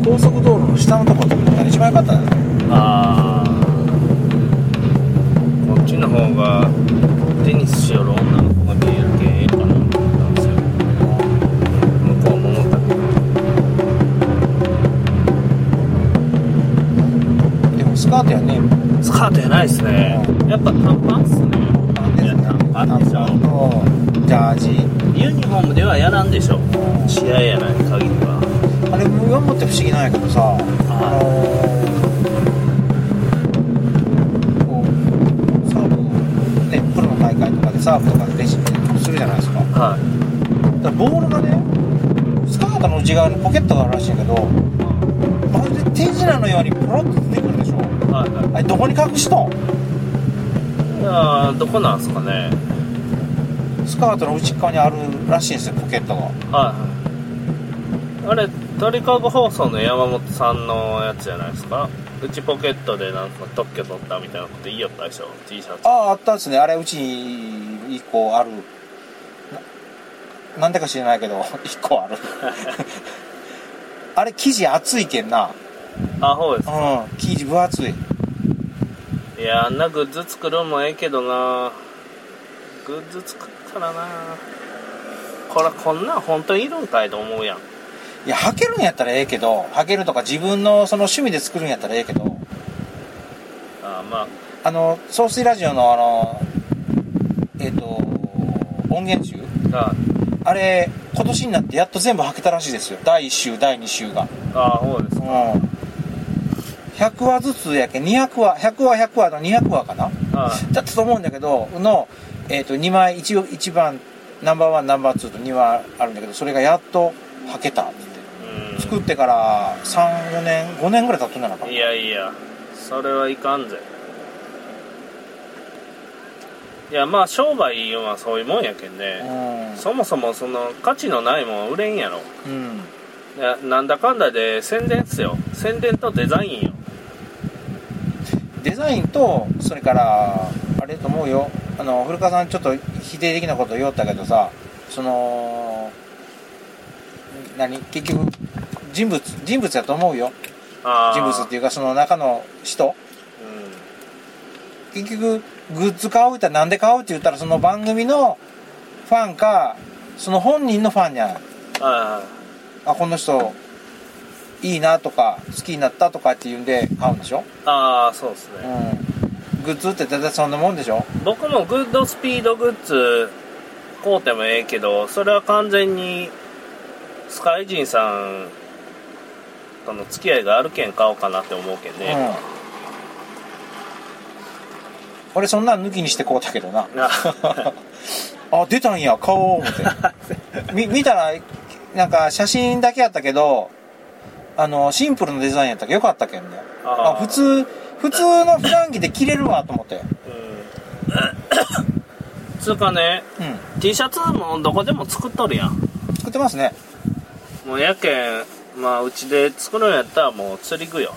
高速道路の下のところが一番良かったね。 ああ、こっちの方がテニスしよる女の子が見えるけんええかなと思ったんですよ。向こうも思ったけど。 でもスカートやね。 スカートやないっすね。やっぱ短パンっすね。いや短パンでしょ。 ジャージ。 ユニフォームではやらんでしょ。試合やない限りは。 あれも読むって不思議なんやけどさ、こうサーフね、プロの大会とかでサーフとかでレジってするじゃないですか。 はい。 だからボールがね、スカートの内側にポケットがあるらしいんやけど、まるで手品のようにポロッと出てくるでしょ。 はいはい。 あれどこに隠しとん？ いやー、どこなんすかね。 スカートの内側にあるらしいんですよ、ポケットが。 はいはい。あれ鳥かご放送の山本さんのやつじゃないですか。内ポケットでなんか特許取ったみたいなこと言いよったでしょ。 T シャツ。 あったですね。あれうちに1個ある。なんでか知らないけど1個あるあれ生地厚いけんな。 あ、そうです。 生地分厚い。 いや、あんなグッズ作るのもええけどな。グッズ作ったらな、こんなん本当にいるんかいと思うやん。 いや、履けるんやったらええけど、履けるとか自分のその趣味で作るんやったらええけど、 まあ総水ラジオの音源集、あれ今年になってやっと全部履けたらしいですよ。第1週第2週が。 そうですか。 100話ずつやけん200話、100話100話の200話かな、だったと思うんだけどの、2枚 1番ナンバーワンナンバーツーと2話あるんだけど、それがやっと履けたって言って、作ってから3、4年5年ぐらい経ってんだなか。 いやいや、それはいかんぜ。いや、まあ商売はそういうもんやけんね、そもそもその価値のないもん売れんやろ。いや、なんだかんだで宣伝っすよ。宣伝とデザインよ。 デザインと、それからあれと思うよ、古川さんちょっと否定的なこと言おったけどさ、その結局人物やと思うよ。人物っていうかその中の人、結局グッズ買うってなんで買うって言ったら、その番組のファンかその本人のファンにゃん。この人いいなとか好きになったとかっていうんで買うんでしょ。 そうですね、 グッズって大体そんなもんでしょ。 僕もグッドスピードグッズ買うてもええけど、それは完全にスカイジンさんとの付き合いがあるけん買おうかなって思うけんね、 俺そんなん抜きにして買うたけどな出たんや買おう思って見たらなんか写真だけやったけど、シンプルなデザインやったけどよかったけんね。普通の普段着で着れるわと思って。 つうかね、T シャツもどこでも作っとるやん。 作ってますね。 もうやけん、まあうちで作るんやったらもう釣り具よ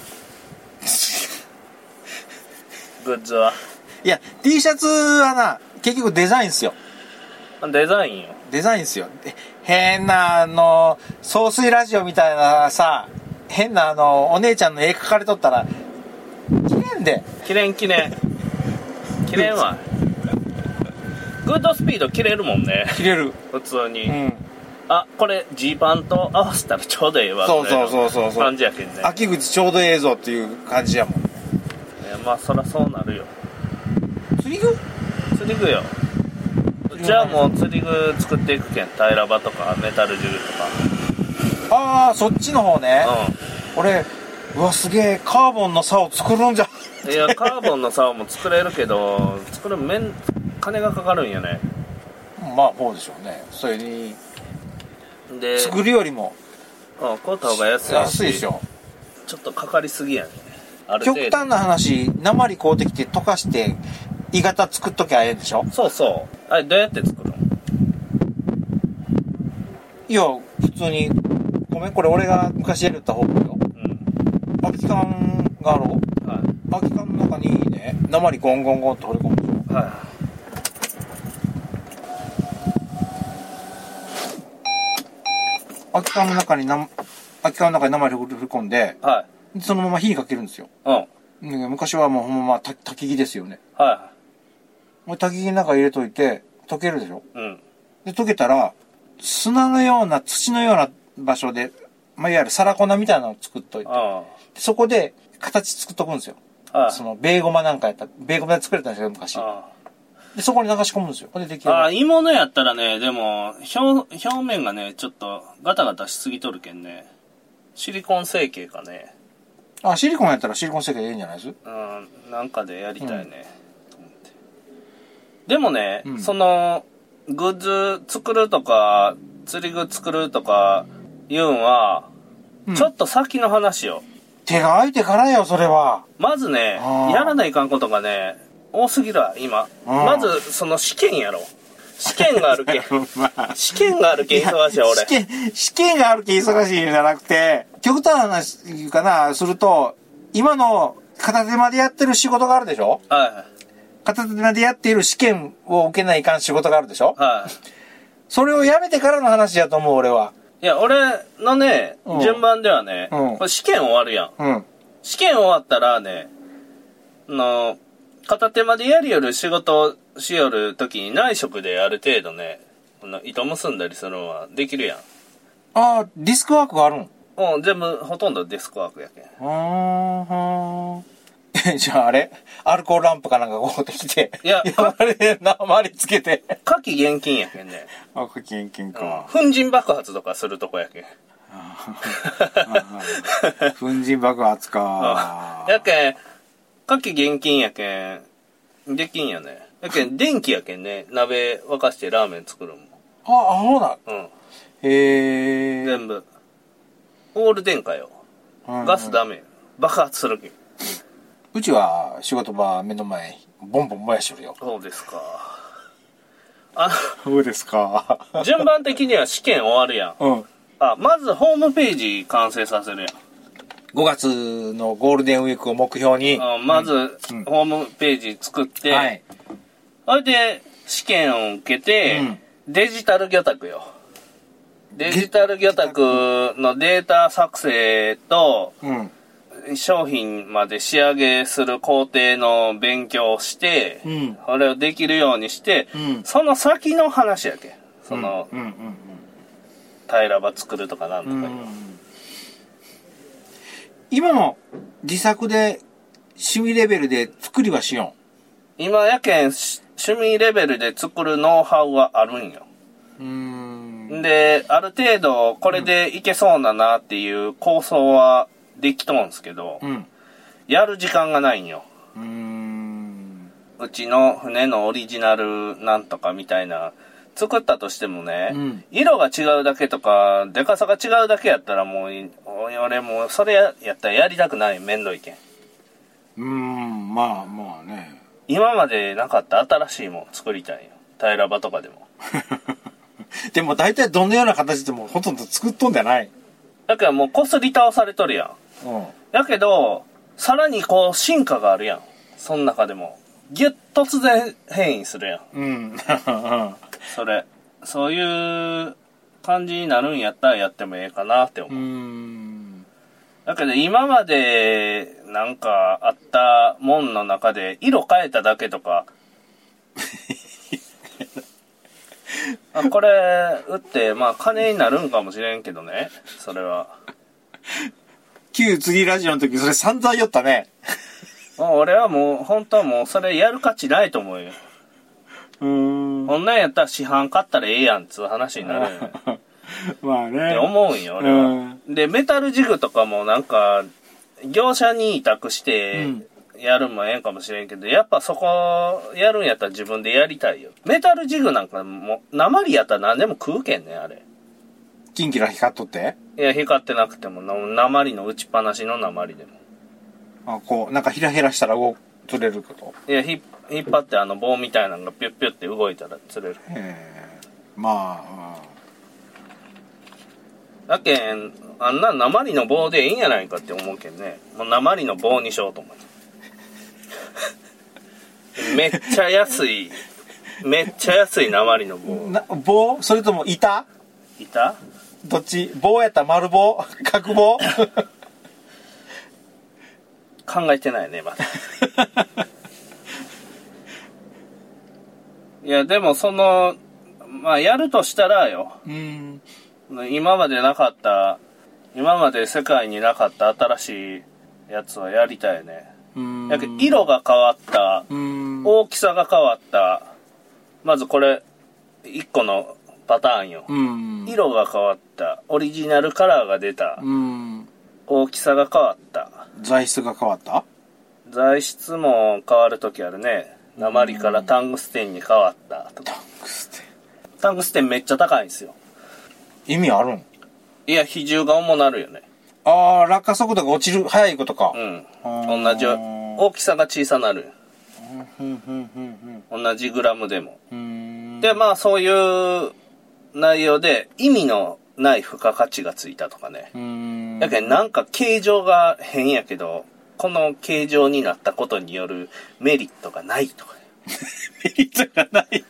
グッズは。 いや T シャツはな、結局デザインっすよ。 デザインよ。 デザインっすよ。変な総水ラジオみたいなさ、変なお姉ちゃんの絵描かれとったら着れんで。 着れんわ。グッドスピード着れるもんね。 着れる普通に、これジーパンと合わせたらちょうどええわ。 そう感じやけんね。 秋口ちょうどええぞっていう感じやもん。 まあそらそうなるよ。 釣り具よ。じゃあもう釣り具作っていくけん。タイラバとかメタルジュルとか。 そっちの方ね。俺うわすげえカーボンの竿作るんじゃ。 いやカーボンの竿も作れるけど作る金がかかるんよね。 まあそうでしょうね。それにで作るよりも買った方が安いでしょ。 ちょっとかかりすぎやね。 極端な話、鉛買うてきて溶かして鋳型作っときゃええでしょ。 そうあれどうやって作るの。 いや普通にごめん、これ俺が昔やるった方法よ。空き缶があろう、空き缶の中にね鉛ゴンゴンゴンって放り込むでしょ。空き缶の中に空き缶の中に鉛振り込んで、 はそのまま火にかけるんですよ。昔はもうほんま焚き木ですよね。 はい。 もう焚き木の中入れといて、溶けるでしょ。 うん。 で、溶けたら、砂のような、土のような場所で、まあ、いわゆるサラコナみたいなのを作っといて、そこで形作っとくんですよ。その、ベーゴマなんかやったら、ベーゴマで作れたんですよ、昔。で、そこに流し込むんですよ。これで出来上がる。 鋳物やったらね、でも、表面がね、ちょっとガタガタしすぎとるけんね、シリコン成形かね。 シリコンやったらシリコン成形でいいんじゃないです？ なんかでやりたいね。と思って。でもね、その、グッズ作るとか、釣り具作るとか、いうんは、ちょっと先の話よ。 手が空いてからよ、それは。 まずね、やらないかんことがね、多すぎるわ、今。まず、その試験やろ。試験があるけん。試験があるけん忙しい、俺。 試験があるけん忙しいんじゃなくて、極端な話かな、すると、今の片手間でやってる仕事があるでしょ？ はい。 片手間でやっている試験を受けないかん仕事があるでしょ？ はい。 それをやめてからの話やと思う、俺は。 いや、俺のね、順番ではね、これ試験終わるやん。試験終わったらね、片手間でやりよる仕事をしよるときに内職である程度ね、糸結んだりするのはできるやん。 ディスクワークがあるん？ 全部、ほとんどディスクワークやけん。 じゃああれアルコールランプかなんかこうできて。 いや、 鉛つけて。 火気厳禁やけんね。 火気厳禁か。 粉塵爆発とかするとこやけん。 粉塵爆発か。 やけん、火気厳禁やけん、できんやね。やけん、電気やけんね、鍋沸かしてラーメン作るもん。 そうだ。 全部。オール電化よ。ガスダメ。爆発するけん。 うちは仕事場目の前ボンボン燃やしとるよ。 そうですか。 そうですか。 順番的には試験終わるやん。まずホームページ完成させるやん。 5月のゴールデンウィークを目標に。 まず、ホームページ作って、それで試験を受けて、デジタル魚拓よ。デジタル魚拓のデータ作成と、商品まで仕上げする工程の勉強をして、それをできるようにして、その先の話やけ。その、平らば作るとかなんとか。 今も自作で趣味レベルで作りはしよん。今やけん趣味レベルで作るノウハウはあるんよ。で、ある程度これでいけそうだなっていう構想はできとんすけど、やる時間がないんよ。うちの船のオリジナルなんとかみたいな作ったとしてもね、色が違うだけとかでかさが違うだけやったらもう俺もうそれやったらやりたくない。めんどいけん。 まあね。 今までなかった新しいもん作りたいよ。平らばとかでも。 でも大体どんなような形でもほとんど作っとんじゃない。 だからもうこすり倒されとるやん。だけどさらにこう進化があるやん。その中でもギュッ突然変異するやん。そういう感じになるんやったらやってもええかなって思う。だけど今までなんかあったもんの中で色変えただけとかこれ打ってまあ金になるんかもしれんけどね。それは旧釣りラジオの時それ散々言ったね。 俺はもう本当はもうそれやる価値ないと思うよ。こんなんやったら市販買ったらええやんっつう話になるよ。 まあね。 って思うんよ俺は。でメタルジグとかもなんか業者に委託してやるんもええんかもしれんけど、やっぱそこやるんやったら自分でやりたいよ。メタルジグなんかもう鉛やったら何でも食うけんねあれ。 キンキラ光っとって？ いや光ってなくても鉛の打ちっぱなしの鉛でも。 こうなんかヒラヒラしたら釣れること？ いや引っ張って棒みたいなのがピュッピュッって動いたら釣れる。 まあ。 だけんあんな鉛の棒でいいんやないかって思うけんね。もう鉛の棒にしようと思う。めっちゃ安い鉛の棒。 棒？それとも板？ 板？ どっち棒やったら丸棒角棒考えてないねまだいやでもまあやるとしたらよ、今まで世界になかった新しいやつはやりたいね。やけ色が変わった、大きさが変わった、まずこれ1個のパターンよ、色が変わった、オリジナルカラーが出た、大きさが変わった、 材質が変わった。 材質も変わるときあるね。鉛からタングステンに変わったとか。タングステンめっちゃ高いんですよ。 意味あるん？ いや、比重が重なるよね。 ああ、落下速度が落ちる早いことか。 同じ大きさが小さなる。同じグラムでも。でまあそういう内容で意味のない付加価値がついたとかね。だけどなんか形状が変やけど、この形状になったことによるメリットがないとか、ね、 メリットがない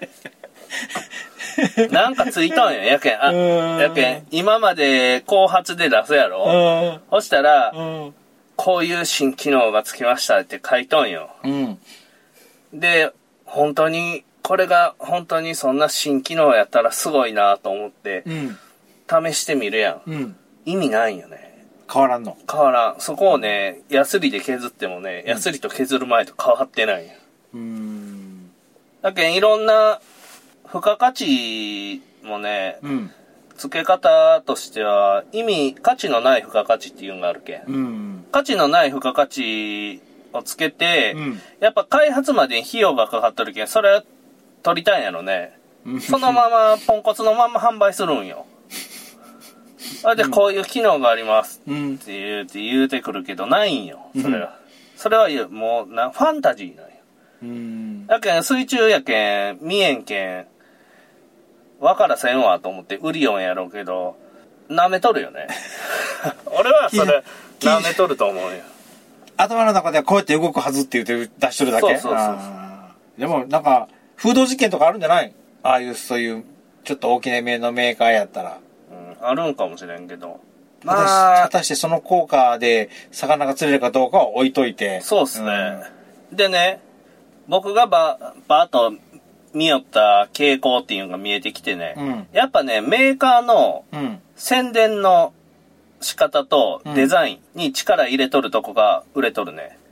なんかついたんや。やけん今まで後発で出すやろ。そしたら、こういう新機能がつきましたって書いとんよ。で本当にこれが本当にそんな新機能やったらすごいなと思って、試してみるやん、意味ないよね。 変わらんの？ 変わらん。そこをね、ヤスリで削ってもね、ヤスリと削る前と変わってない。だけどいろんな付加価値もね、付け方としては価値のない付加価値っていうのがあるけん。価値のない付加価値をつけて、やっぱ開発までに費用がかかっとるけん、それ取りたいんやろね。そのままポンコツのまま販売するんよ。でこういう機能がありますって言うてくるけどないんよ。それはもうファンタジーなんよ。だけん水中やけん見えんけんわからせんわと思って売りよんやろうけど、舐めとるよね俺はそれ舐めとると思うよ。 頭の中ではこうやって動くはずって言って出してるだけ。 そうでもなんか風土事件とかあるんじゃない？ああいうそういうちょっと大きな目のメーカーやったら。 あるんかもしれんけど、 果たしてその効果で魚が釣れるかどうかは置いといて。 そうっすね。でね、僕がバーッと見よった傾向っていうのが見えてきてね、やっぱねメーカーの宣伝の仕方とデザインに力入れとるとこが売れとるね。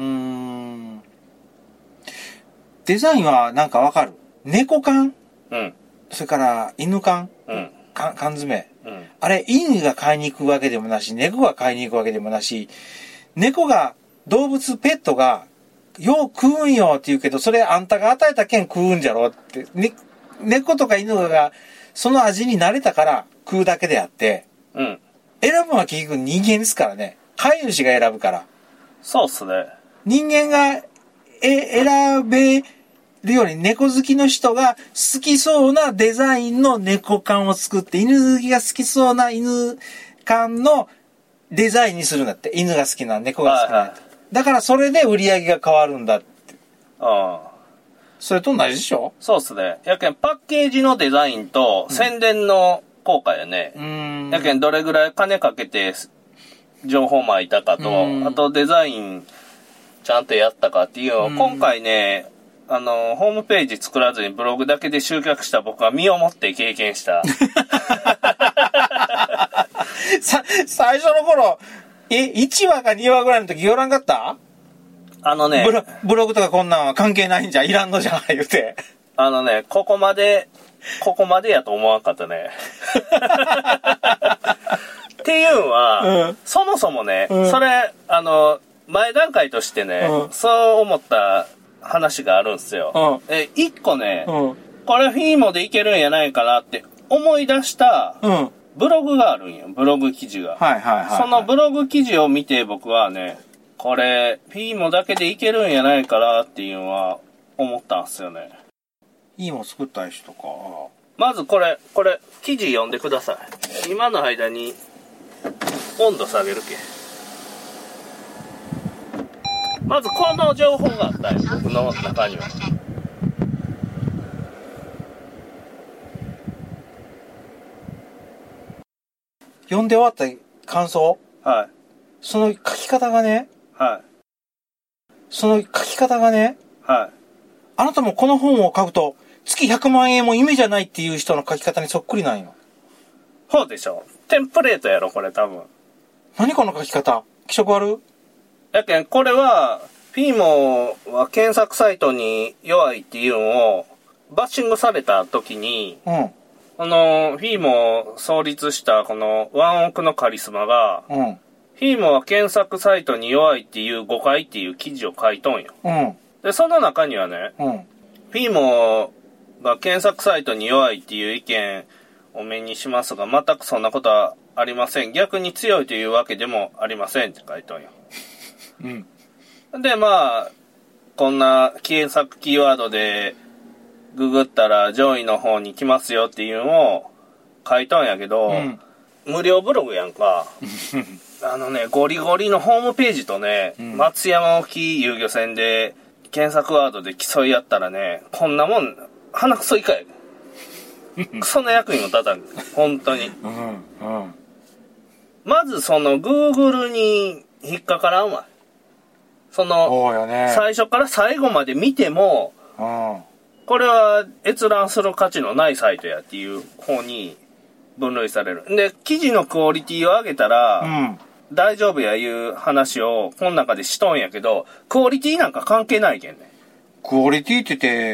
デザインはなんかわかる。猫缶、それから犬缶、缶詰、あれ犬が買いに行くわけでもなし、猫が買いに行くわけでもなし、猫が動物ペットがよう食うんよって言うけど、それあんたが与えたけん食うんじゃろって、猫とか犬がその味に慣れたから食うだけであって、選ぶのは結局人間ですからね。飼い主が選ぶから。 そうっすね。 人間が選べるように猫好きの人が好きそうなデザインの猫缶を作って、犬好きが好きそうな犬缶のデザインにするんだって。犬が好きな、猫が好きな。だからそれで売り上げが変わるんだって。それと同じでしょ？ そうっすね。やけんパッケージのデザインと宣伝の効果やね。やけんどれぐらい金かけて情報巻いたかと、あとデザインちゃんとやったかっていうのを、今回ね、ホームページ作らずにブログだけで集客した僕は身をもって経験した。 最初の頃、1話か2話ぐらいの時言わらんかった？ブログとかこんなんは関係ないんじゃ、いらんのじゃ、言うて。 ここまでやと思わんかったね。っていうのは、そもそもね、それ、前段階としてね、そう思った話があるんですよ。一個ね、これフィーモでいけるんやないかなって思い出した、ブログがあるんよ。ブログ記事が。そのブログ記事を見て僕はね、これフィーモだけでいけるんやないかなっていうのは思ったんすよね。 フィーモ作った人か。 まずこれ記事読んでください。今の間に温度下げるけ。まずこの情報があったよ、僕の中には。 読んで終わった感想。 はい。 その書き方がね。 はい。 その書き方がね。 はい。 あなたもこの本を買うと、月100万円も夢じゃないっていう人の書き方にそっくりなんよ。 そうでしょ。テンプレートやろ、これ多分。 何この書き方。気色悪？ やけん、これは、フィーモは検索サイトに弱いっていうのを、バッシングされた時に、 うん。 この、フィーモを創立したこのワンオクのカリスマが、 うん。 フィーモは検索サイトに弱いっていう誤解っていう記事を書いとんよ。 うん。 で、その中にはね、 うん。 フィーモが検索サイトに弱いっていう意見を目にしますが、全くそんなことはありません。逆に強いというわけでもありませんって書いとんよ。 うん。 で、まあ、こんな検索キーワードでググったら上位の方に来ますよっていうのを書いとんやけど、無料ブログやんか。ゴリゴリのホームページとね、松山沖遊漁船で検索ワードで競い合ったらね、こんなもん、鼻くそ以下や。クソの役にも立たん。本当に。まずその Google に引っかからんわ。その、最初から最後まで見ても、これは閲覧する価値のないサイトやっていう方に分類される。で、記事のクオリティを上げたら、大丈夫やいう話をこの中でしとんやけど、クオリティなんか関係ないけんね。 クオリティって言って、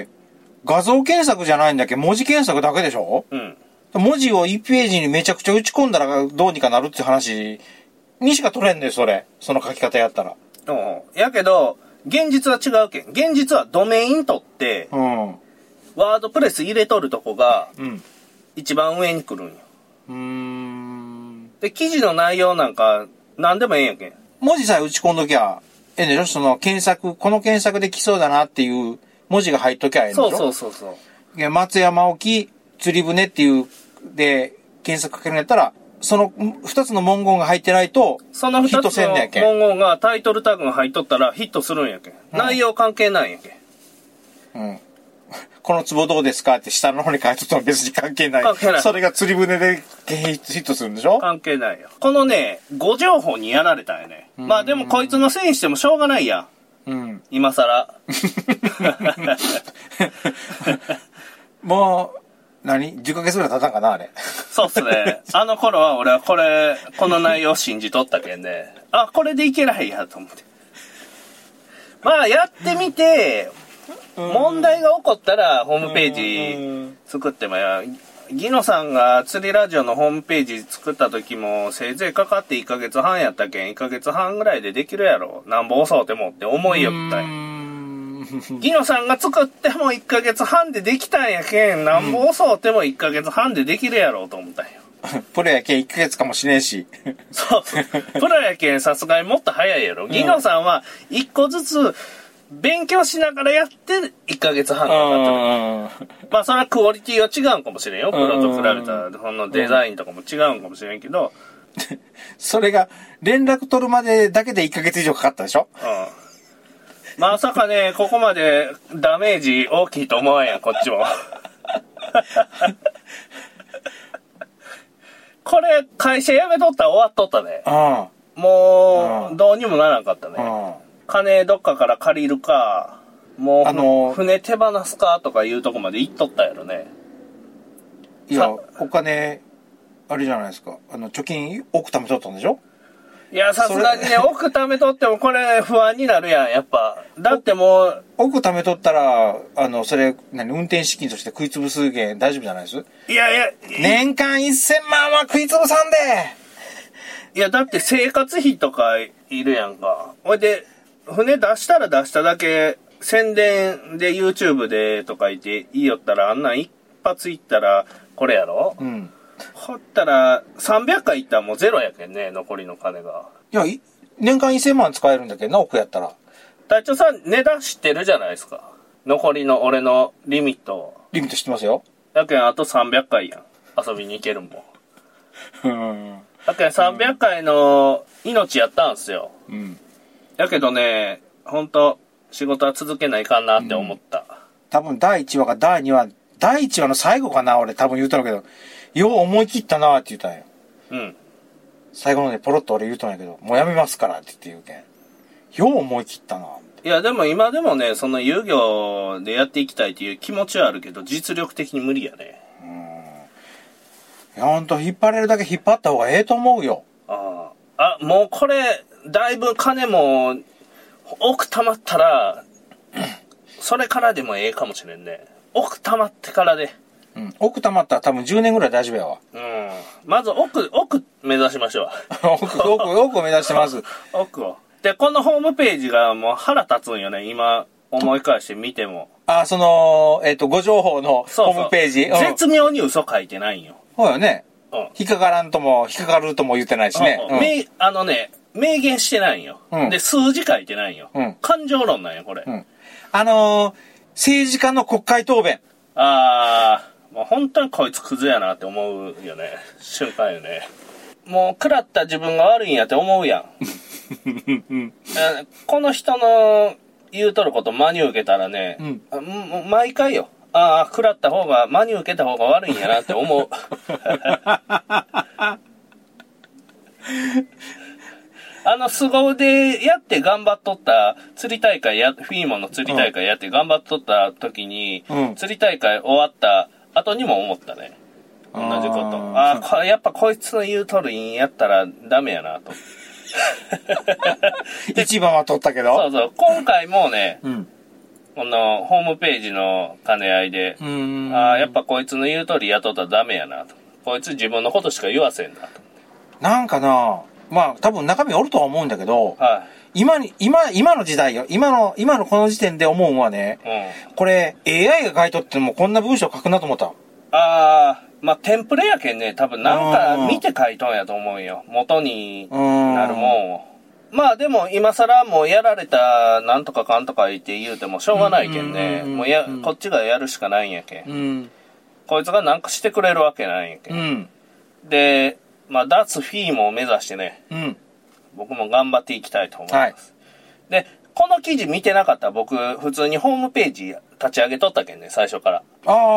画像検索じゃないんだっけ？文字検索だけでしょ？うん。文字を1ページにめちゃくちゃ打ち込んだらどうにかなるって話にしか取れんねん、それ。その書き方やったら。 やけど、現実は違うけん。現実はドメイン取って、ワードプレス入れとるとこが、一番上に来るんよ。で、記事の内容なんか、何でもええんやけん。 文字さえ打ち込んどきゃ、ええんでしょ？その検索、この検索で来そうだなっていう文字が入っときゃええんでしょ？ そう。 松山沖釣り船っていう、で、検索かけるんやったら、その2つの文言が入ってないと、 その2つの文言がタイトルタグが入っとったらヒットするんやけん。内容関係ないんやけん。 この壺どうですかって下の方に書いとっても別に関係ない。それが釣り船でヒットするんでしょ？関係ないよ。このね、誤情報にやられたんやね。まあでもこいつのせいにしてもしょうがないやん。今更。 もう、10ヶ月ぐらい経ったんかな、あれ。 そうっすね。あの頃は俺はこの内容を信じとったけんね。あ、これでいけないやと思って。まあやってみて、問題が起こったらホームページ作ってもや。ギノさんが釣りラジオのホームページ作った時もせいぜいかかって1ヶ月半やったけん1ヶ月半ぐらいでできるやろ。なんぼ遅うてもって思いよったんや。ギノさんが作っても1ヶ月半でできたんやけん、なんぼ遅うても1ヶ月半でできるやろうと思ったんよ。 プロやけん1ヶ月かもしれんし。 そう。プロやけんさすがにもっと早いやろ。ギノさんは1個ずつ勉強しながらやって1ヶ月半かかってる。まあそれはクオリティは違うんかもしれんよ。プロと比べたら、そのデザインとかも違うんかもしれんけど。 それが連絡取るまでだけで1ヶ月以上かかったでしょ？ まさかね、ここまでダメージ大きいと思わんやん、こっちも。これ、会社辞めとったら終わっとったね。もう、どうにもならんかったね。金どっかから借りるか、もう、船手放すかとかいうとこまで行っとったやろね。 いや、お金、あれじゃないですか。貯金億貯めとったんでしょ？ いや、さすがにね、億貯めとってもこれ不安になるやん、やっぱ。だってもう。 億貯めとったら、それ、運転資金として食いつぶすげん大丈夫じゃないです？ いや。 年間1000万は食いつぶさんで。 いや、だって生活費とかいるやんか。ほいで、船出したら出しただけ、宣伝で YouTube でとか言って言いよったら、あんなん一発行ったら、これやろ？ほったら、300回行ったらもうゼロやけんね、残りの金が。 いや、年間1000万使えるんだけどな、億やったら。 隊長さん、値段知ってるじゃないですか。残りの俺のリミット。 リミット知ってますよ。 やけん、あと300回やん。遊びに行けるもん。やけん、300回の命やったんすよ。やけどね、ほんと、仕事は続けないかんなって思った。 多分第1話か第2話、第1話の最後かな、俺多分言うたのけど、よう思い切ったなって言ったんよ。 最後のね、ポロッと俺言うとんやけど、もうやめますからって言うけん。よう思い切ったな。 いや、でも今でもね、その遊漁でやっていきたいっていう気持ちはあるけど、実力的に無理やね。 いや、ほんと、引っ張れるだけ引っ張った方がええと思うよ。 あ、もうこれ、だいぶ金も多く貯まったら、それからでもええかもしれんね。多く貯まってからで。 奥溜まったら多分10年ぐらい大丈夫やわ。 まず奥目指しましょう。 奥を目指してます。 奥を。で、このホームページがもう腹立つんよね、今思い返してみても。 ご情報のホームページ。 絶妙に嘘書いてないんよ。 そうよね。引っかからんとも、引っかかるとも言ってないしね。 明言してないんよ。で、数字書いてないんよ。感情論なんよ、これ。 政治家の国会答弁。 もう本当にこいつクズやなって思うよね。瞬間よね。もう食らった自分が悪いんやって思うやん。この人の言うとること真に受けたらね、毎回よ。食らった方が、真に受けた方が悪いんやなって思う。凄腕やって頑張っとった釣り大会フィーモンの釣り大会やって頑張っとった時に、釣り大会終わった後にも思ったね。同じこと。やっぱこいつの言うとるんやったらダメやなと。 一番は取ったけど。 そうそう。今回もね、このホームページの兼ね合いで、やっぱこいつの言う通り雇ったらダメやなと。こいつ自分のことしか言わせんなと。 なんかな、まあ多分中身おるとは思うんだけど、今の時代よ、今のこの時点で思うのはね、これ AI が書いとってもこんな文章書くなと思った。 まあテンプレやけんね、多分なんか見て書いとんやと思うんよ。元になるもんを。まあでも今更もうやられたなんとかかんとか言って言うてもしょうがないけんね。もうこっちがやるしかないんやけん。こいつがなんかしてくれるわけないんやけん。で、まあ脱フィーモを目指してね、僕も頑張っていきたいと思います。で、この記事見てなかったら僕普通にホームページ立ち上げとったけんね、最初から。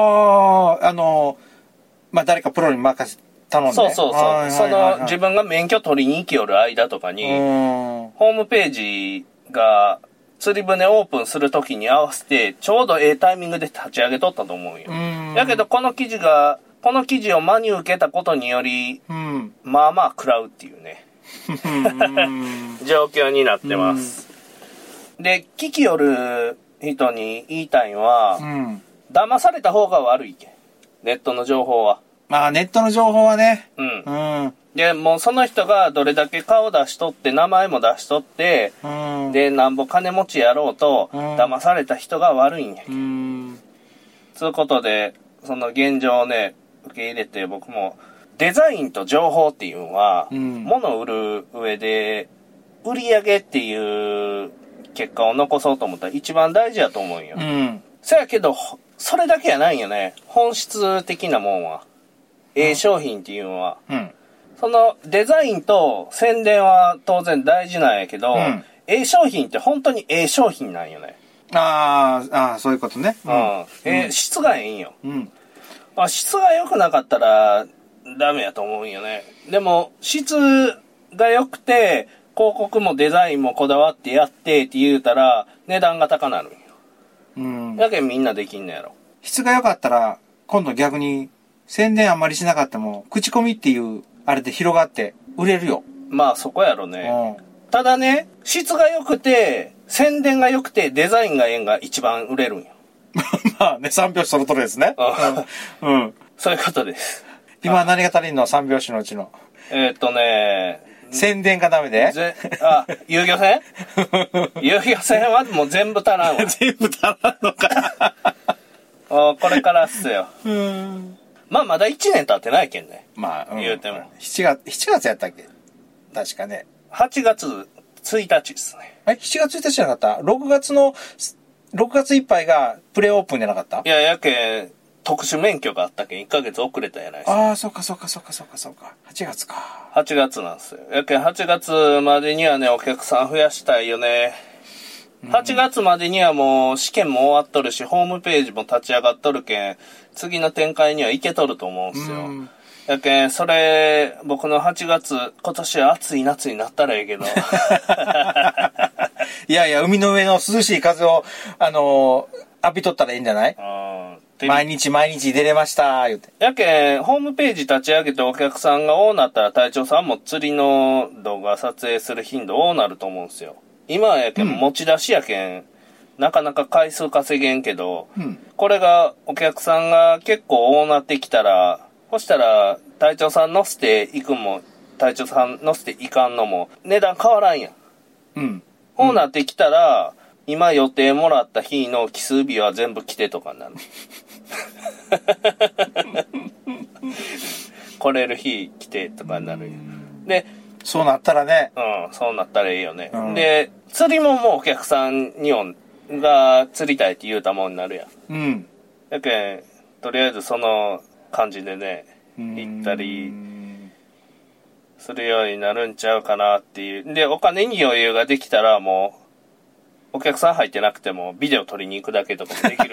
まあ誰かプロに任せ頼んで。 そう自分が免許取りに行きよる間とかに、ホームページが釣り船オープンする時に合わせてちょうどタイミングで立ち上げとったと思うんよ。だけどこの記事を真に受けたことにより、まあまあ食らうっていうね状況になってます。で、聞きよる人に言いたいのは、騙された方が悪いけん、ネットの情報は。 まあネットの情報はね。 で、もうその人がどれだけ顔出しとって、名前も出しとって、で、なんぼ金持ちやろうと、騙された人が悪いんやけん。そういうことで、その現状をね、受け入れて、僕も、デザインと情報っていうのは、物を売る上で、売り上げっていう結果を残そうと思ったら一番大事やと思うんよ。そやけど、それだけやないんよね。本質的なもんは。商品っていうのは。そのデザインと宣伝は当然大事なんやけど、商品って本当に商品なんよね。 そういうことね。 質がええんよ。質が良くなかったらダメやと思うんよね。でも質が良くて広告もデザインもこだわってやってって言うたら値段が高なるんよ。だけどみんなできんのやろ。 質が良かったら今度逆に宣伝あんまりしなかったも口コミっていうあれで広がって売れるよ。 まあそこやろね。ただね、質が良くて宣伝が良くてデザインがええんが一番売れるんよ。 まあね、三拍子そのとおりですね。 そういうことです。 今何が足りんの？三拍子のうちの。 宣伝がダメで？ 遊漁船遊漁船はもう全部足らんわ。 全部足らんのか。 これからっすよ。まあまだ1年経ってないけんね。 まあ、 言うても。 7月やったっけ？確かね。 8月1日ですね。 7月1日じゃなかった？ 6月いっぱいがプレオープンじゃなかった？ いや、やけん、特殊免許があったけん1ヶ月遅れたやないですか。 そっか。8月か。 8月なんですよ。やけん8月までにはね、お客さん増やしたいよね。8月までにはもう試験も終わっとるし、ホームページも立ち上がっとるけん、次の展開にはいけとると思うんですよ。 やけん、それ、僕の8月、今年は暑い夏になったらええけど。 いやいや、海の上の涼しい風を、浴びとったらいいんじゃない？毎日出れました、言うて。 やけん、ホームページ立ち上げてお客さんが多なったら隊長さんも釣りの動画撮影する頻度多なると思うんですよ。今はやけん、持ち出しやけん、なかなか回数稼げんけど、これがお客さんが結構多なってきたら、そしたら隊長さん乗せていくも、隊長さん乗せていかんのも、値段変わらんやん。こうなってきたら、今予定もらった日の奇数日は全部来てとかになる。来れる日来てとかになる。で、 そうなったらね。 そうなったらいいよね。で、釣りももうお客さんが釣りたいって言うたもんになるやん。だけん、とりあえずその感じでね、行ったりするようになるんちゃうかなっていう。で、お金に余裕ができたらもう、お客さん入ってなくてもビデオ撮りに行くだけとかもできる。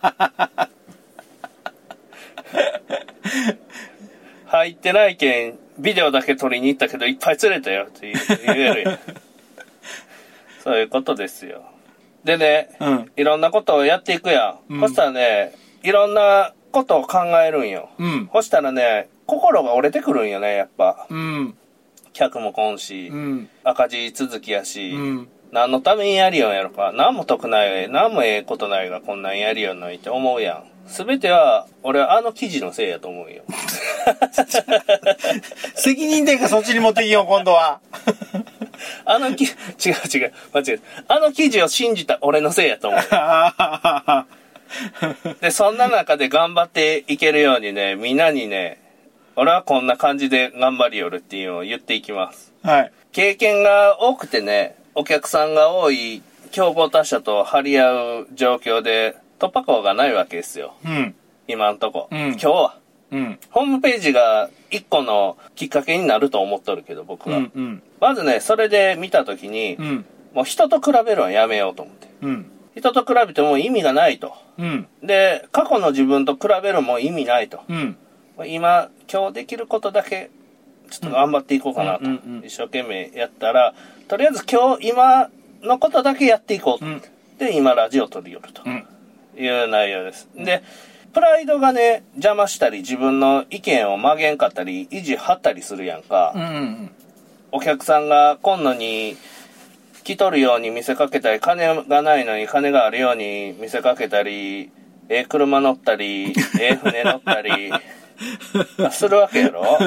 入ってないけん、ビデオだけ撮りに行ったけどいっぱい釣れたよって言えるやん。そういうことですよ。でね、いろんなことをやっていくやん。そしたらね、いろんなことを考えるんよ。そしたらね、心が折れてくるんよね、やっぱ。客も来んし、赤字続きやし、何のためにやりよんやろか。何も得ない、何もええことないがこんなんやりよんのにって思うやん。すべては、俺は記事のせいやと思うよ。 責任転嫁そっちに持ってきよう、今度は。 違う、間違えた。記事を信じた俺のせいやと思う。で、そんな中で頑張っていけるようにね、みんなにね、俺はこんな感じで頑張りよるっていうのを言っていきます。経験が多くてね、お客さんが多い競合他社と張り合う状況で突破口がないわけですよ。今んとこ。今日は。ホームページが一個のきっかけになると思っとるけど、僕は。まずね、それで見たときに、もう人と比べるのはやめようと思って。人と比べても意味がないと。で、過去の自分と比べるも意味ないと。今日できることだけちょっと頑張っていこうかなと、一生懸命やったら、とりあえず今のことだけやっていこう、で今ラジオを撮りよると、いう内容です。でプライドがね邪魔したり、自分の意見を曲げんかったり意地張ったりするやんか、お客さんが今度に来とるように見せかけたり、金がないのに金があるように見せかけたり、車乗ったり船乗ったりするわけやろ。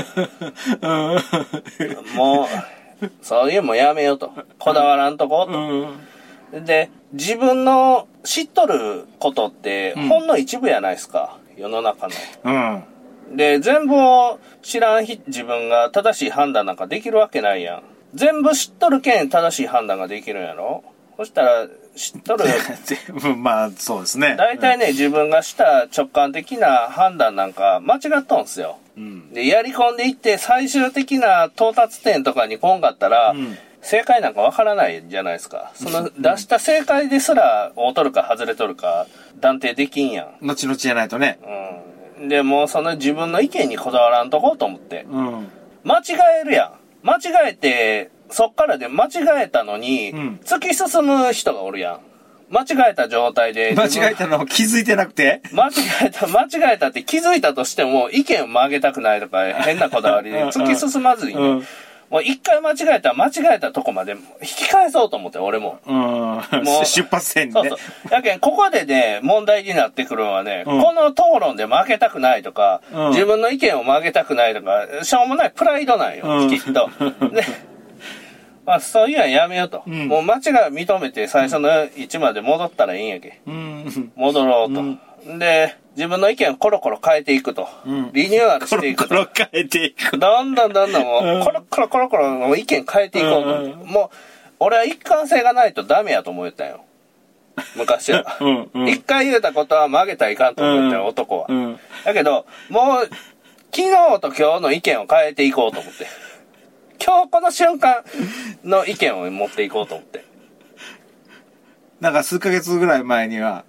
もうそういうもやめようと、こだわらんとこうと、で自分の知っとることってほんの一部やないですか、世の中の。で全部を知らん自分が正しい判断なんかできるわけないやん。全部知っとるけん正しい判断ができるんやろ。そしたら知っとるまあそうですね。 大体ね、自分がした直感的な判断なんか間違っとんすよ。でやり込んでいって最終的な到達点とかに来んかったら、正解なんかわからないじゃないですか。その出した正解ですら合うとるか外れとるか断定できんやん。 後々じゃないとね。 でもうその自分の意見にこだわらんとこうと思って、間違えるやん。間違えてそっからで間違えたのに、突き進む人がおるやん。間違えた状態で。 間違えたのを気づいてなくて間違えたって気づいたとしても、意見を曲げたくないとか、変なこだわりで突き進まずに、ね、もう一回間違えたとこまで引き返そうと思って、俺も。 もう出発点にね。 そう。だけど、ここでね、問題になってくるのはね、この討論で負けたくないとか、自分の意見を曲げたくないとか、しょうもないプライドなんよ、きっと。でまあ、そういうのはやめようと。もう間違いを認めて最初の位置まで戻ったらいいんやけ。戻ろうと。で、自分の意見をコロコロ変えていくと。リニューアルしていくと。 コロコロ変えていく。 どんどんもう、コロコロもう意見変えていこうと。もう、俺は一貫性がないとダメやと思ってたよ。昔は。一回言うたことは曲げたらいかんと思ってたよ、男は。だけど、もう、昨日と今日の意見を変えていこうと思って。今日この瞬間の意見を持っていこうと思って。 なんか数ヶ月ぐらい前には、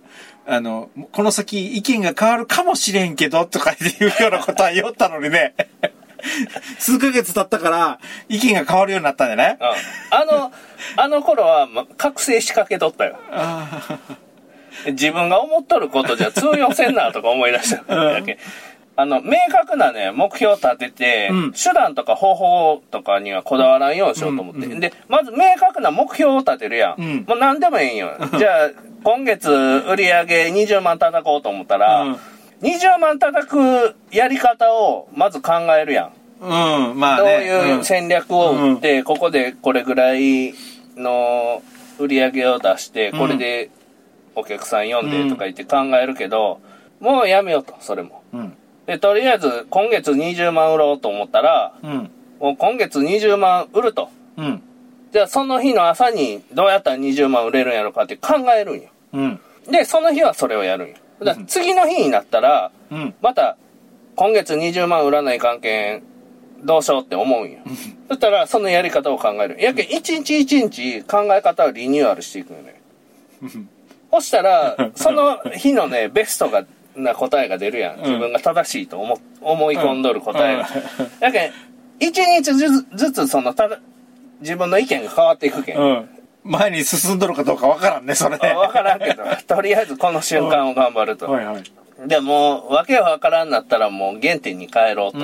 この先意見が変わるかもしれんけど、とかいうようなことは言おったのにね。数ヶ月経ったから、意見が変わるようになったんじゃない？ あの頃は、覚醒しかけとったよ。自分が思っとることじゃ通用せんなとか思い出した。明確なね、目標を立てて、手段とか方法とかにはこだわらんようにしようと思って。で、まず明確な目標を立てるやん。もう何でもいいんよ。じゃあ、今月売り上げ20万叩こうと思ったら、20万叩くやり方をまず考えるやん。まあね、どういう戦略を打って、ここでこれぐらいの売り上げを出して、これでお客さん呼んでとか言って考えるけど、もうやめようと、それも。で、とりあえず今月20万売ろうと思ったら、もう今月20万売ると。じゃあその日の朝にどうやったら20万売れるんやろかって考えるんよ。で、その日はそれをやるんよ。だから次の日になったら、また今月20万売らない関係どうしようって思うんよ。そしたらそのやり方を考える。やけん一日一日考え方をリニューアルしていくよね。そしたらその日のねベストな答えが出るやん。自分が正しいと思い込んどる答えが。やけん一日ずつ自分の意見が変わっていくけん。 前に進んどるかどうかわからんね、それね。 わからんけど、とりあえずこの瞬間を頑張ると。でもう、わけわからんなったらもう原点に帰ろうと。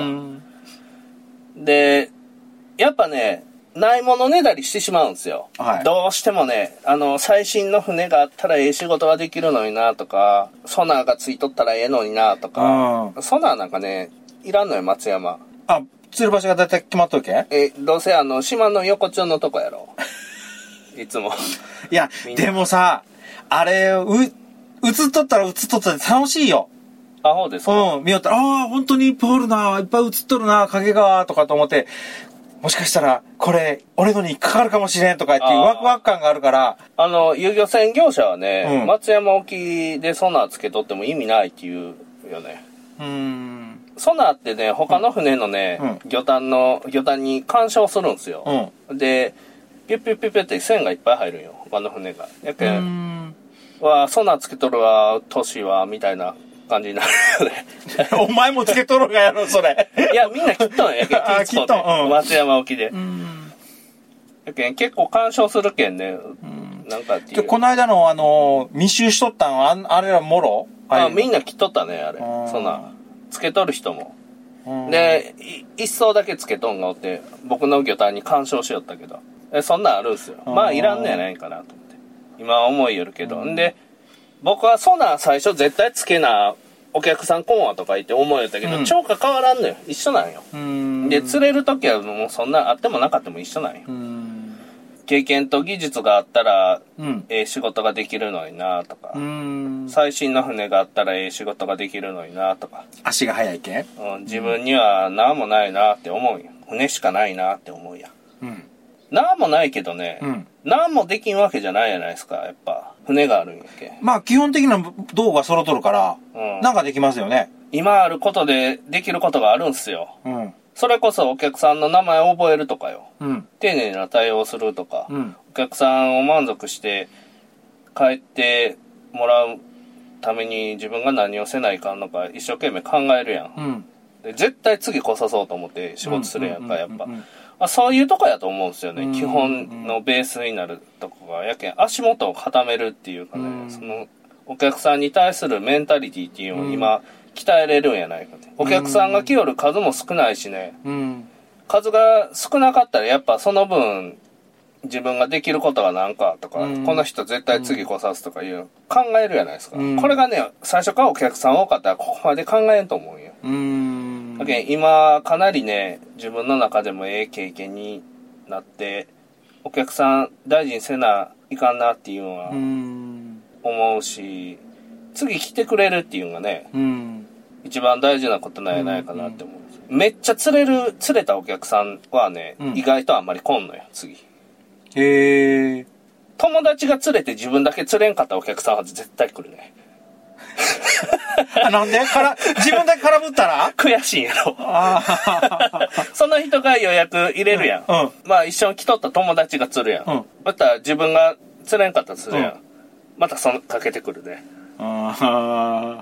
で、やっぱね、ないものねだりしてしまうんですよ。どうしてもね、最新の船があったらええ仕事ができるのになとか、ソナーがついとったらええのになとか、ソナーなんかね、いらんのよ、松山。 釣る場所がだいたい決まっとるけ？ どうせ島の横丁のとこやろ。いつも。 いや、でもさ、あれ、映っとったら映っとったで楽しいよ。 そうですか。 見よったら、本当にいっぱいおるな、いっぱい映っとるな、影が、とかと思って、もしかしたら、これ、俺のにかかるかもしれんとかっていうワクワク感があるから。 遊漁船業者はね、松山沖でソナーつけとっても意味ないっていうよね。ソナーってね、他の船のね、魚探に干渉するんですよ。で、ピュッピュッピュッピュッって線がいっぱい入るんよ、他の船が。やけん、ソナーつけとるわ、都市は、みたいな感じになるよね。 お前もつけとるがやろ、それ。 いや、みんな切っとんやけん、切っとん。松山沖で。やけん、結構干渉するけんね、なんかっていう。 この間の、密集しとったんは、あれらもろ？ みんな切っとったね、あれ。ソナー。つけとる人も。で、一層だけつけとんがおって、僕の魚探に干渉しよったけど。そんなんあるんすよ。まあいらんのやないかなと思って。今は思いよるけど。んで、僕はソナー最初絶対つけな、お客さん来んわとか言って思いよったけど、超過変わらんのよ。一緒なんよ。で、釣れるときはもうそんなあってもなかったも一緒なんよ。経験と技術があったら、仕事ができるのになとか、最新の船があったら仕事ができるのになとか。 足が速いけん？ 自分には何もないなって思うよ。船しかないなって思うや。何もないけどね、何もできんわけじゃないじゃないですか、やっぱ。船があるんやけ。 まあ基本的な道具が揃っとるから、なんかできますよね。 今あることでできることがあるんすよ。それこそお客さんの名前を覚えるとかよ。丁寧な対応するとか、お客さんを満足して帰ってもらうために自分が何をせないかんのか一生懸命考えるやん。で絶対次来さそうと思って仕事するやんか、やっぱ。そういうとこやと思うんですよね。基本のベースになるとこが。やけん足元を固めるっていうかね、そのお客さんに対するメンタリティっていうのを今鍛えれるんやないかって。お客さんが来よる数も少ないしね、数が少なかったらやっぱその分自分ができることが何かとか、この人絶対次来さすとかいう考えるやないですか。これがね、最初からお客さん多かったらここまで考えんと思うんよ。だけど今かなりね、自分の中でも経験になって、お客さん大事にせないかんなっていうのは思うし、次来てくれるっていうのがね、一番大事なことなんやないかなって思うんです。めっちゃ釣れたお客さんはね、意外とあんまり来んのよ、次。友達が釣れて自分だけ釣れんかったお客さんは絶対来るね。 なんで自分だけ空振ったら悔しいんやろ。その人が予約入れるやん。まあ一緒に来とった友達が釣るやん。また自分が釣れんかったら釣るやん。またかけてくるね。 あ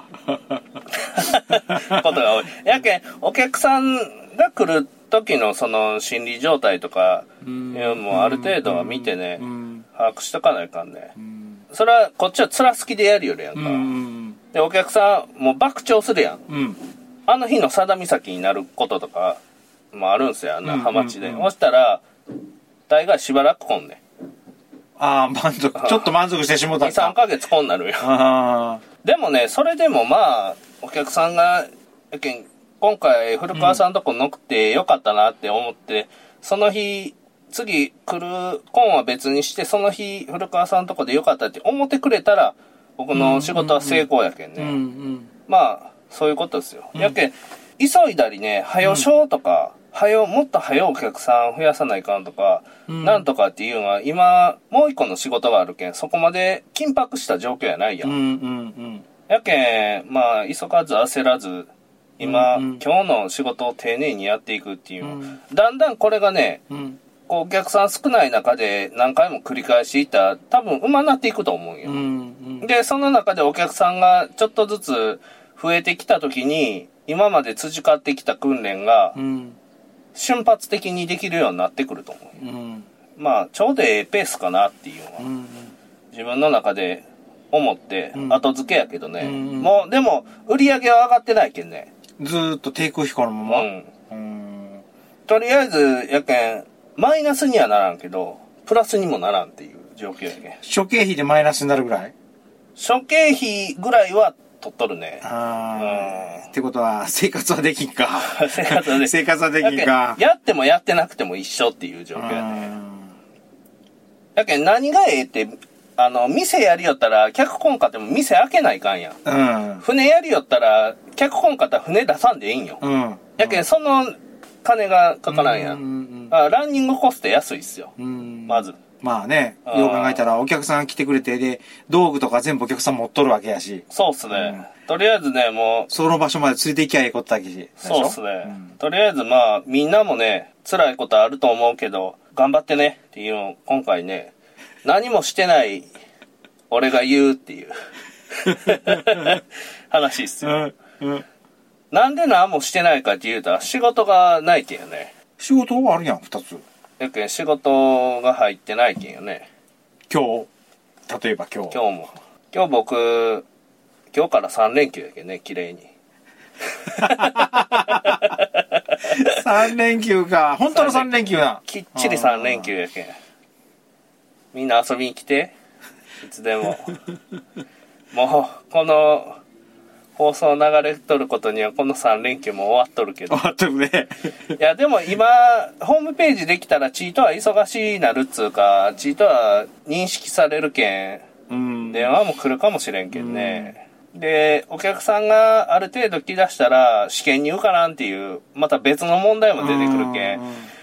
ことが多い。やけんお客さんが来る時のその心理状態とかいうのもある程度は見てね、把握しとかないかんね。それはこっちは面好きでやるよりやんか。でお客さんもう爆笑するやん。あの日の佐田岬になることとかもあるんすよ、あんなハマチで。そしたら大概しばらく来んね。 ああ、満足、ちょっと満足してしもたんか。 2、3ヶ月来んなるよ。でもね、それでもまあお客さんがやけん今回古川さんとこ乗ってよかったなって思って、その日次来るコンは別にしてその日古川さんとこでよかったって思ってくれたら僕の仕事は成功やけんね。まあそういうことですよ。やけん急いだりね、早小とか、もっと早お客さん増やさないかんとか、なんとかっていうのは今もう一個の仕事があるけんそこまで緊迫した状況やないやん。やけんまあ急がず焦らず今、今日の仕事を丁寧にやっていくっていう、だんだんこれがね、こうお客さん少ない中で何回も繰り返していったら多分上手なっていくと思うよ。でその中でお客さんがちょっとずつ増えてきた時に今まで培ってきた訓練が瞬発的にできるようになってくると思う。まあちょうどええペースかなっていうのは、自分の中で思って後付けやけどね、もうでも売り上げは上がってないけんね。 ずーっと低空飛行のまま、 とりあえずやけんマイナスにはならんけどプラスにもならんっていう状況やけん。 諸経費でマイナスになるぐらい。 諸経費ぐらいは取っとるね。 ってことは生活はできんか。 生活はできん。 生活はできんか。 やってもやってなくても一緒っていう状況やね。やけん何がええって店やりよったら客来んかっても店開けないかんやん。船やりよったら客来んかったら船出さんでいいんよ。やけんその金がかからんやん。ランニングコスト安いっすよ。まず。 まあね、よう考えたらお客さん来てくれて、で、道具とか全部お客さん持っとるわけやし。 そうっすね。とりあえずね、もう。 その場所まで連れて行きゃいいことだけし。 そうっすね。とりあえずまあ、みんなもね、辛いことあると思うけど、頑張ってねっていうのを今回ね、何もしてない俺が言うっていう話っすよ。なんで何もしてないかって言うと仕事がないけんよね。 仕事はあるやん、2つ。 やけん仕事が入ってないけんよね。 今日例えば今日僕今日から3連休やけんね、綺麗に 3連休か。本当の3連休な。 きっちり3連休やけん。みんな遊びに来て、いつでももうこの放送流れとることにはこの3連休も終わっとるけど。 終わっとるね。 いやでも今ホームページできたらチートは忙しいなるっつうか、チートは認識されるけん、電話も来るかもしれんけんね。でお客さんがある程度来だしたら試験に受からんっていうまた別の問題も出てくるけん、